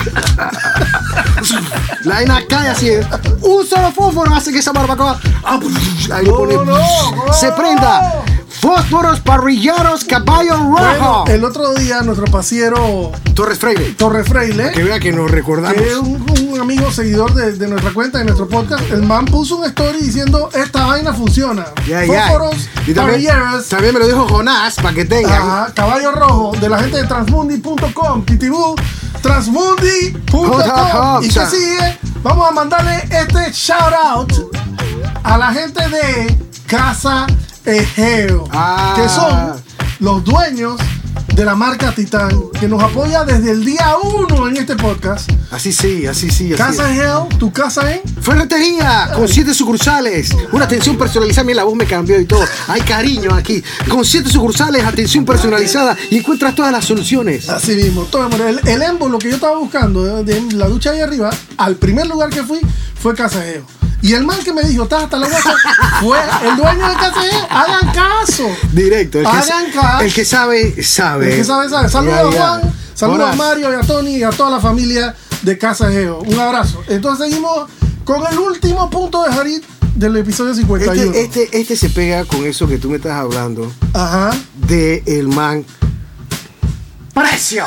La vaina cae así. Un solo fósforo hace que esa barbacoa ahí se prenda. Fósforos parrilleros Caballo Rojo. Bueno, el otro día nuestro pasiero Torres Freile, que vea que nos recordamos, que es un amigo seguidor de nuestra cuenta, de nuestro podcast. El man puso un story diciendo esta vaina funciona. Fósforos parrilleros. También me lo dijo Jonás para que tengan. Caballo Rojo, de la gente de transmundi.com, Titibú, transmundi.com. Y que sigue, vamos a mandarle este shout out a la gente de Casa Egeo, que son los dueños de la marca Titán, que nos apoya desde el día 1 en este podcast. Así sí. Casa Egeo, tu casa en Ferretería, con 7 sucursales, una atención personalizada. Mira, la voz me cambió y todo. Hay cariño aquí. Con 7 sucursales, atención personalizada y encuentras todas las soluciones. Así mismo. El émbolo que yo estaba buscando de la ducha ahí arriba, al primer lugar que fui fue Casa Egeo. Y el man que me dijo, estás hasta la guasa, fue el dueño de Casa Geo. Hagan caso. Directo. Hagan caso. El que sabe, sabe. El que sabe, sabe. Saludos a Juan, saludos a Mario y a Tony y a toda la familia de Casa Geo. Un abrazo. Entonces seguimos con el último punto de Jarit del episodio 51. Este se pega con eso que tú me estás hablando. Ajá. De el man. ¡Precio!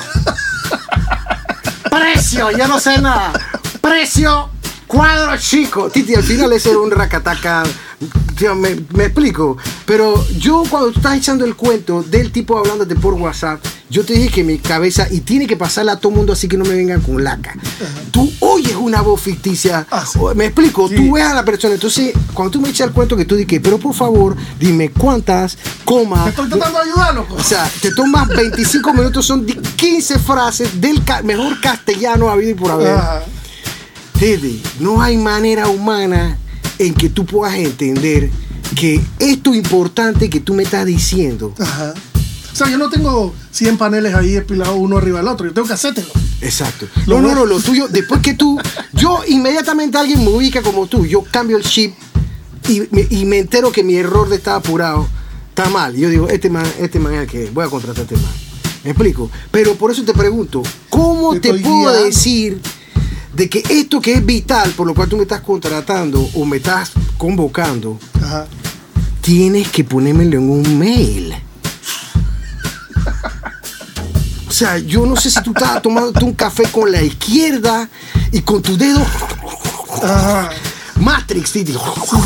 ¡Precio! Yo no sé nada. ¡Precio! ¡Cuadro chico! Titi, al final ese era un racataca. Me explico. Pero yo cuando tú estás echando el cuento del tipo hablándote por WhatsApp, yo te dije que mi cabeza, y tiene que pasarle a todo mundo así que no me vengan con laca. Tú oyes una voz ficticia. Sí. Me explico. Sí. Tú ves a la persona. Entonces, cuando tú me echas el cuento que tú dices, pero por favor, dime cuántas comas. Te estoy tratando de ayudar, loco. O sea, te tomas 25 minutos, son 15 frases del mejor castellano habido y por haber. Teddy, no hay manera humana en que tú puedas entender que esto importante que tú me estás diciendo. Ajá. O sea, yo no tengo 100 paneles ahí espilados uno arriba del otro. Yo tengo que hacértelo. Exacto. No, lo tuyo, después que tú, yo inmediatamente alguien me ubica como tú, yo cambio el chip y me entero que mi error de estar apurado está mal. Yo digo, este man es el que voy a contratar a este man. ¿Me explico? Pero por eso te pregunto, ¿cómo te puedo decir de que esto que es vital, por lo cual tú me estás contratando o me estás convocando, ajá, tienes que ponérmelo en un mail? O sea, yo no sé si tú estás tomándote un café con la izquierda y con tu dedo, ajá, Matrix, Titi.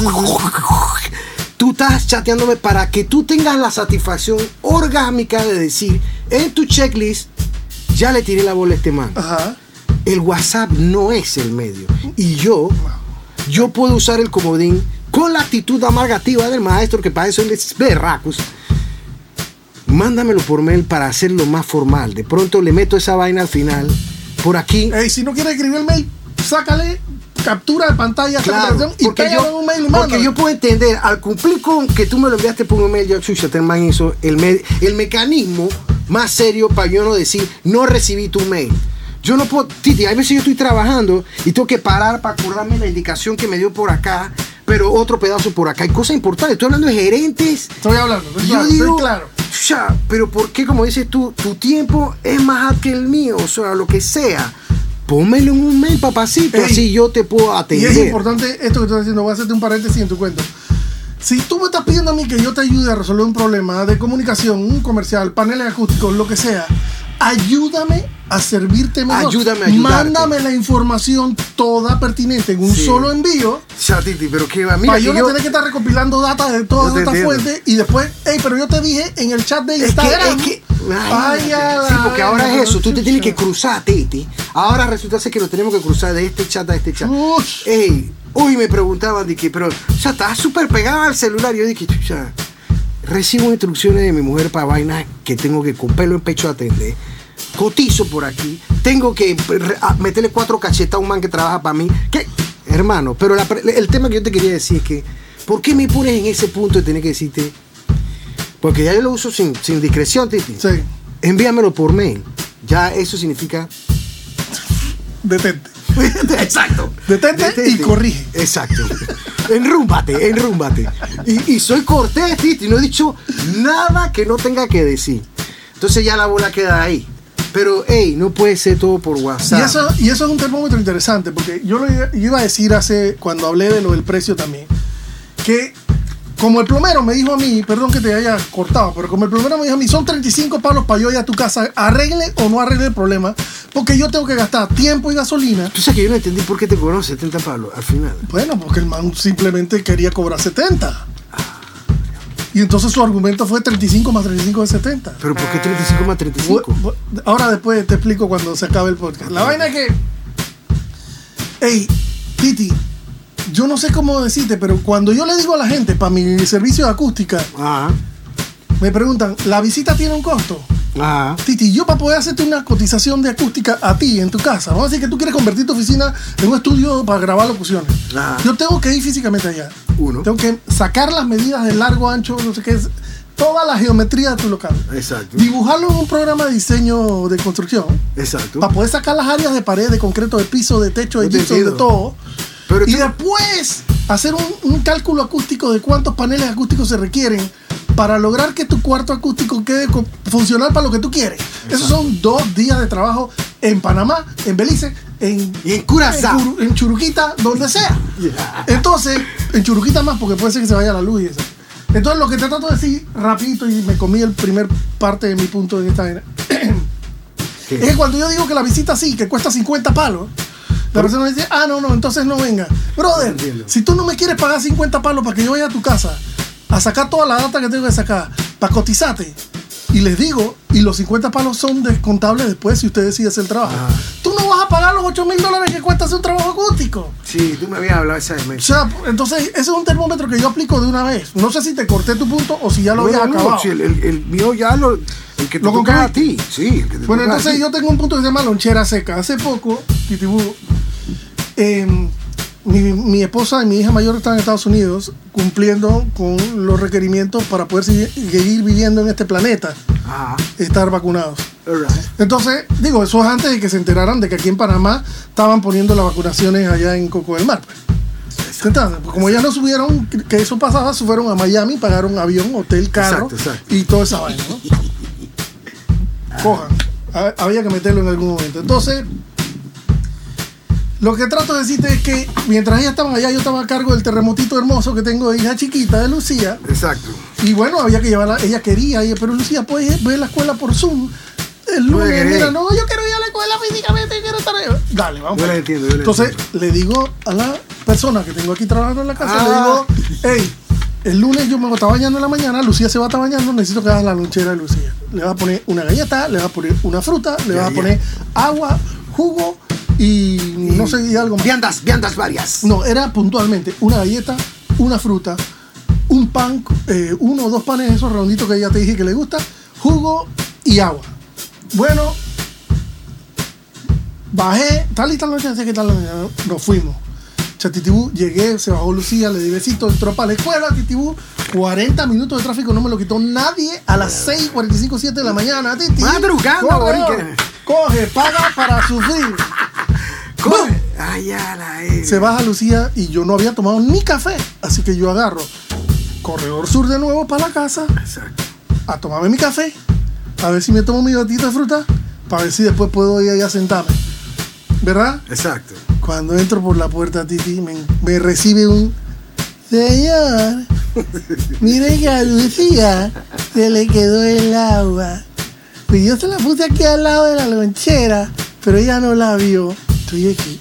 Tú estás chateándome para que tú tengas la satisfacción orgásmica de decir, en tu checklist, ya le tiré la bola a este man. ajá. El WhatsApp no es el medio. Y yo puedo usar el comodín con la actitud amargativa del maestro, que para eso él es berracos. Mándamelo por mail para hacerlo más formal. De pronto le meto esa vaina al final. Por aquí. Hey, si no quieres escribir el mail, sácale captura de pantalla, claro, y pégalo en un mail y mándalo. Porque yo puedo entender, al cumplir con que tú me lo enviaste por un mail, yo, chucha, el man hizo el mecanismo más serio para yo no decir, no recibí tu mail. Yo no puedo, Titi, hay veces yo estoy trabajando y tengo que parar para acordarme la indicación que me dio por acá, pero otro pedazo por acá. Hay cosas importantes. Estoy hablando de gerentes. Estoy hablando, digo, claro. Ya, pero ¿por qué, como dices tú, tu tiempo es más que el mío? O sea, lo que sea. Pónmelo en un mail, papacito, así yo te puedo atender. Y es importante esto que estás haciendo. Voy a hacerte un paréntesis en tu cuento. Si tú me estás pidiendo a mí que yo te ayude a resolver un problema de comunicación, un comercial, paneles acústicos, lo que sea, ayúdame a servirte mejor. Ayúdame a ayudarte. Mándame la información toda pertinente en un solo envío. Ya, Titi, pero qué va. Mira, para yo no tener que estar recopilando data de todas estas fuentes y después, pero yo te dije en el chat de Instagram. Sí, porque ahora es eso. Tú te tienes que cruzar, Titi. Ahora resulta ser que nos tenemos que cruzar de este chat a este chat. Hoy me preguntaban, dije, pero ya estás súper pegado al celular. Y yo dije, ya, recibo instrucciones de mi mujer para vainas que tengo que con pelo en pecho atender. Cotizo por aquí. Tengo que meterle 4 cachetas a un man que trabaja para mí. ¿Qué? Hermano, pero el tema que yo te quería decir es que, ¿por qué me pones en ese punto de tener que decirte? Porque ya yo lo uso sin discreción, Titi. Sí. Envíamelo por mail. Ya eso significa... Detente. Exacto. Detente y corrige. Exacto. Enrúmbate. Y soy cortés, Titi. No he dicho nada que no tenga que decir. Entonces ya la bola queda ahí. Pero, no puede ser todo por WhatsApp. Y eso es un termómetro interesante, porque yo iba a decir cuando hablé de lo del precio también, que como el plomero me dijo a mí, perdón que te haya cortado, pero como el plomero me dijo a mí, son 35 palos para yo ir a tu casa, arregle o no arregle el problema, porque yo tengo que gastar tiempo y gasolina. Tú sabes que yo no entendí por qué te cobró 70 palos al final. Bueno, porque el man simplemente quería cobrar 70. Y entonces su argumento fue 35 más 35 de 70. ¿Pero por qué 35 más 35? Ahora después te explico cuando se acabe el podcast. La vaina es que... Titi, yo no sé cómo decirte, pero cuando yo le digo a la gente para mi servicio de acústica, me preguntan, ¿la visita tiene un costo? Titi, yo para poder hacerte una cotización de acústica a ti en tu casa, vamos a decir que tú quieres convertir tu oficina en un estudio para grabar locuciones. Yo tengo que ir físicamente allá. Tengo que sacar las medidas de largo, ancho, no sé qué es, toda la geometría de tu local. Exacto. Dibujarlo en un programa de diseño de construcción. Exacto. Para poder sacar las áreas de pared, de concreto, de piso, de techo, de gypsum, de todo. Pero y después hacer un cálculo acústico de cuántos paneles acústicos se requieren para lograr que tu cuarto acústico quede funcional para lo que tú quieres. Exacto. Esos son 2 días de trabajo en Panamá, en Belice, y en Curazao, en Churuquita, donde sea. Yeah. Entonces, en Churuquita más, porque puede ser que se vaya la luz y eso. Entonces, lo que te trato de decir rapidito, y me comí el primer parte de mi punto en esta era, es que cuando yo digo que la visita sí, que cuesta 50 palos, la persona me dice, no, entonces no venga. Brother, si tú no me quieres pagar 50 palos para que yo vaya a tu casa a sacar toda la data que tengo que sacar, para cotizarte, y les digo, y los 50 palos son descontables después si usted decide hacer el trabajo. Tú no vas a pagar los $8,000 que cuesta hacer un trabajo acústico. Sí, tú me habías hablado esa vez. O sea, entonces ese es un termómetro que yo aplico de una vez. No sé si te corté tu punto o si ya lo habías acabado. Si el mío ya el que te toca a ti. Sí, el que te bueno, entonces yo tengo un punto que se llama lonchera seca. Hace poco, Titibú, mi esposa y mi hija mayor están en Estados Unidos cumpliendo con los requerimientos para poder seguir viviendo en este planeta. Estar vacunados. Right. Entonces, digo, eso es antes de que se enteraran de que aquí en Panamá estaban poniendo las vacunaciones allá en Coco del Mar. Entonces, como ya no subieron, que eso pasaba, se fueron a Miami, pagaron avión, hotel, carro exacto. Y toda esa vaina, ¿no? Cojan. Había que meterlo en algún momento. Entonces, lo que trato de decirte es que mientras ellas estaban allá, yo estaba a cargo del terremotito hermoso que tengo de hija chiquita de Lucía. Exacto. Y bueno, había que llevarla, ella quería, pero Lucía, ¿puedes ver la escuela por Zoom? El lunes, mira, no, yo quiero ir a la escuela físicamente, quiero estar ahí. Dale, vamos. Yo la entiendo. Entonces, le digo a la persona que tengo aquí trabajando en la casa, le digo, hey, el lunes yo me voy a estar bañando en la mañana, Lucía se va a estar bañando, necesito que hagas la lonchera de Lucía. Le vas a poner una galleta, le vas a poner una fruta, le vas a poner agua, jugo y no sé, y algo más. Viandas varias. No, era puntualmente una galleta, una fruta, un pan, 1 o 2 panes esos redonditos que ya te dije que le gusta, jugo y agua. Bueno, bajé, tal y tal noche, sé que tal noche, nos fuimos. Titibú, llegué, se bajó Lucía, le di besito, entró para la escuela, Titibú, 40 minutos de tráfico, no me lo quitó nadie a las 6:45, 7 de la mañana, Titibú. Madrugando, coge, paga para sufrir. Coge. Se baja Lucía y yo no había tomado ni café, así que yo agarro Corredor Sur de nuevo para la casa. Exacto. A tomarme mi café, a ver si me tomo mi batito de fruta, para ver si después puedo ir allá a sentarme. ¿Verdad? Exacto. Cuando entro por la puerta, Titi, me recibe un señor. Mire que a Lucía se le quedó el agua. Pues yo se la puse aquí al lado de la lonchera, pero ella no la vio. Estoy aquí.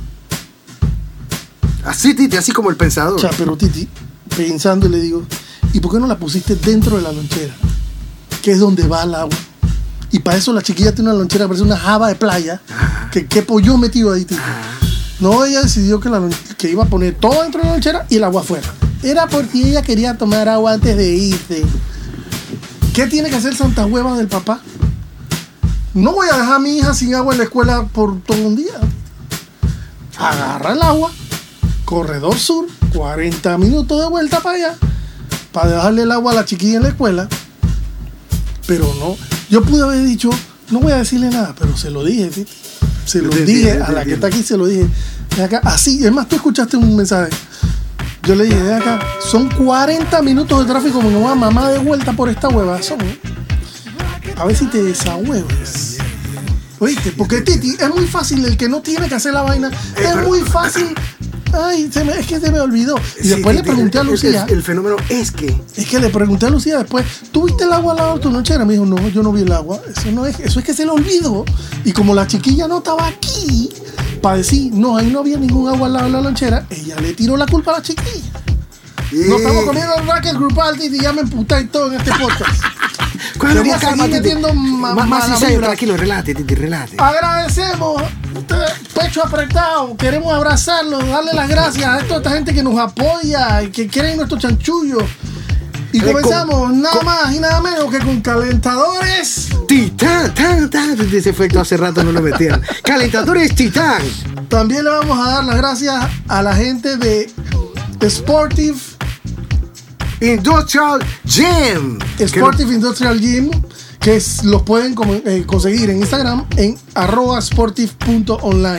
Así, Titi, así como el pensador. O sea, pero Titi, pensando, le digo, ¿y por qué no la pusiste dentro de la lonchera? Que es donde va el agua. Y para eso la chiquilla tiene una lonchera, parece una java de playa. Que qué pollo metido ahí, Titi. No, ella decidió que iba a poner todo dentro de la lonchera y el agua afuera. Era porque ella quería tomar agua antes de irse. ¿Qué tiene que hacer Santa Hueva del papá? No voy a dejar a mi hija sin agua en la escuela por todo un día. Agarra el agua, Corredor Sur, 40 minutos de vuelta para allá, para dejarle el agua a la chiquilla en la escuela. Pero no, yo pude haber dicho, no voy a decirle nada, pero se lo dije, Titi. Se lo dije a la que está aquí, se lo dije. De acá, así, es más, tú escuchaste un mensaje. Yo le dije, de acá, son 40 minutos de tráfico, me voy a mamá de vuelta por esta huevazón. A ver si te desahueves. Oíste, porque Titi, es muy fácil, el que no tiene que hacer la vaina, es muy fácil. Ay, es que se me olvidó. Y después le pregunté a Lucía. El fenómeno es que le pregunté a Lucía después, ¿tú viste el agua al lado de tu lonchera? Me dijo, no, yo no vi el agua. Eso es que se le olvidó. Y como la chiquilla no estaba aquí para decir, no, ahí no había ningún agua al lado de la lonchera, ella le tiró la culpa a la chiquilla. No estamos comiendo el racket grupal, Titi, ya me emputáis todo en este podcast. Quería seguir metiendo más tranquilo, relájate, Titi, relájate. Agradecemos, pecho apretado, queremos abrazarlos, darle las gracias a toda esta gente que nos apoya y que quieren nuestro chanchullo. Y comenzamos nada más y nada menos que con calentadores Titán. Ese efecto hace rato no lo metían. Calentadores Titán. También le vamos a dar las gracias a la gente de Sportive Industrial Gym. Sportive Industrial Gym, que los pueden conseguir en Instagram en @sportive.online.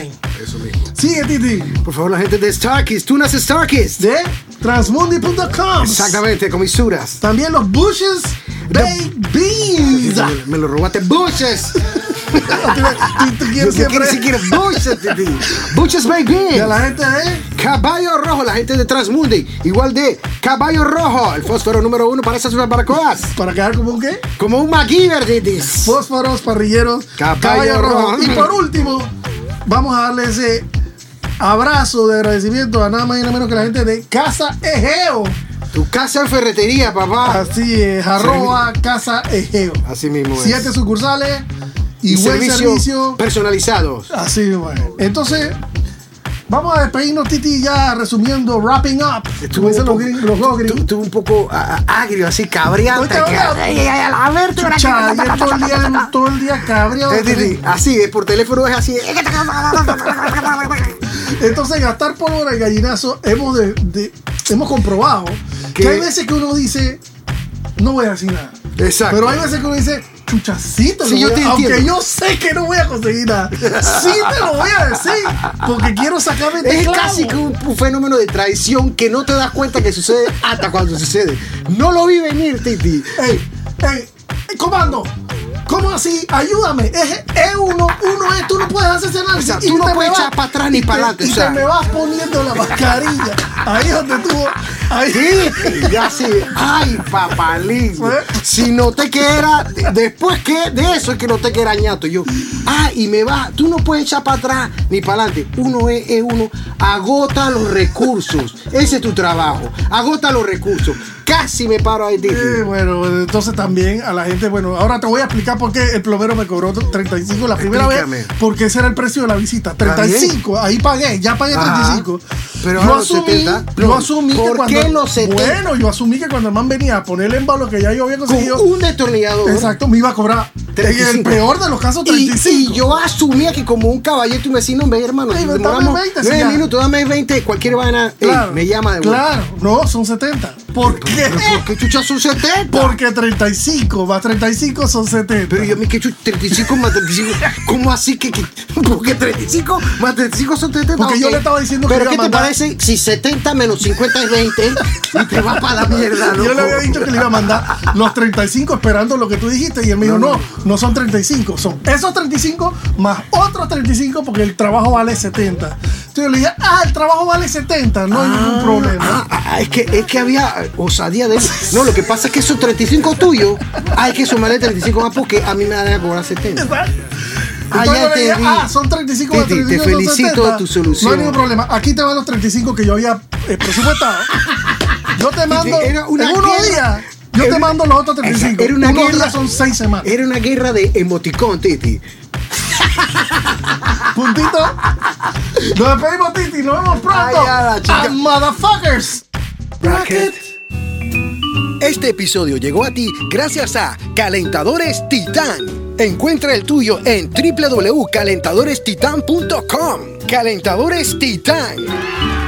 Eso mismo. Sigue, Titi. Por favor, la gente de Starkist, tunas Starkist. De Transmundi.com. Exactamente, comisuras. También los Bushes Babies. Me lo robaste, Bushes. ¿Tú quieres siempre? Si quieres Bushes, Titi. Bushes Babies. Y a la gente de Caballo Rojo, la gente de Transmundi. Igual de Caballo Rojo, el fósforo número 1 para esas barbacoas. ¿Para quedar como un qué? Como un MacGyver, Titi. Fósforos, parrilleros, Caballo Rojo. Y por último, vamos a darle ese abrazo de agradecimiento a nada más y nada menos que la gente de Casa Egeo. Tu casa de ferretería, papá. Así es, @ Casa Egeo. Así mismo es. 7 sucursales y buen servicio personalizados. Así mismo es. Entonces, vamos a despedirnos, Titi, ya resumiendo, wrapping up. Como dicen los gringos. Estuvo un poco agrio, así, cabreante. A ver, todo el día cabreado. Así, por teléfono es así. Entonces, gastar pólvora y gallinazo, hemos comprobado que hay veces que uno dice, no voy a decir nada. Exacto. Pero hay veces que uno dice, chuchacito, sí, aunque yo sé que no voy a conseguir nada, sí te lo voy a decir, porque quiero sacarme este Es clavo. casi que un fenómeno de traición que no te das cuenta que sucede hasta cuando sucede. No lo vi venir, Titi. Ey, comando. ¿Cómo así? Ayúdame. Es uno es, tú no puedes hacer ese análisis. O sea, tú no puedes echar para atrás ni para adelante. Y te me vas poniendo la mascarilla. Ahí donde tú. Ahí. Sí, ya sí. Ay, papalín. Si noté que era. Después que de eso es que noté que era ñato. Yo. Y me va. Tú no puedes echar para atrás ni para adelante. Uno es uno. Agota los recursos. Ese es tu trabajo. Agota los recursos. Casi me paro ahí, Titi. Bueno, entonces también a la gente, bueno, ahora te voy a explicar por qué el plomero me cobró 35 la primera vez, porque ese era el precio de la visita. 35, ahí pagué, ya pagué 35. Pero yo asumí que ¿por qué los 70? Bueno, yo asumí que cuando el man venía a poner el embalo que ya yo había conseguido, con un destornillador. Exacto, me iba a cobrar 35. En el peor de los casos 35. Y yo asumía que como un caballero y vecino, ve, hermano, sí, demoramos 20, 9 minutos, dame 20, cualquier vaina, claro, me llama de vuelta. Claro, no, son 70. ¿Por qué? ¿Por qué chucha son 70? Porque 35 más 35 son 70. Pero yo me quedo 35 más 35. ¿Cómo así que? Porque 35 más 35 son 70. Porque yo le estaba diciendo que ¿pero iba a qué te parece si 70 menos 50 es 20 y te vas para la mierda, loco? Yo le había dicho que le iba a mandar los 35 esperando lo que tú dijiste y él me dijo, no son 35, son esos 35 más otros 35 porque el trabajo vale 70. Entonces yo le dije, el trabajo vale 70, no hay ningún problema. Es que había osadía de él. No, lo que pasa es que esos 35 tuyos hay que sumarle 35 más porque a mí me van a cobrar 70. Entonces son 35 más 35 te felicito de tu solución. No hay ningún problema. Aquí te van los 35 que yo había presupuestado. Yo te mando en unos días. Yo te mando los otros 35. Era una unos guerra, días son 6 semanas. Era una guerra de emoticón, Titi. Puntito. Nos despedimos, Titi. Nos vemos pronto. Motherfuckers. Bracket. Este episodio llegó a ti gracias a Calentadores Titán. Encuentra el tuyo en www.calentadorestitan.com. Calentadores Titán.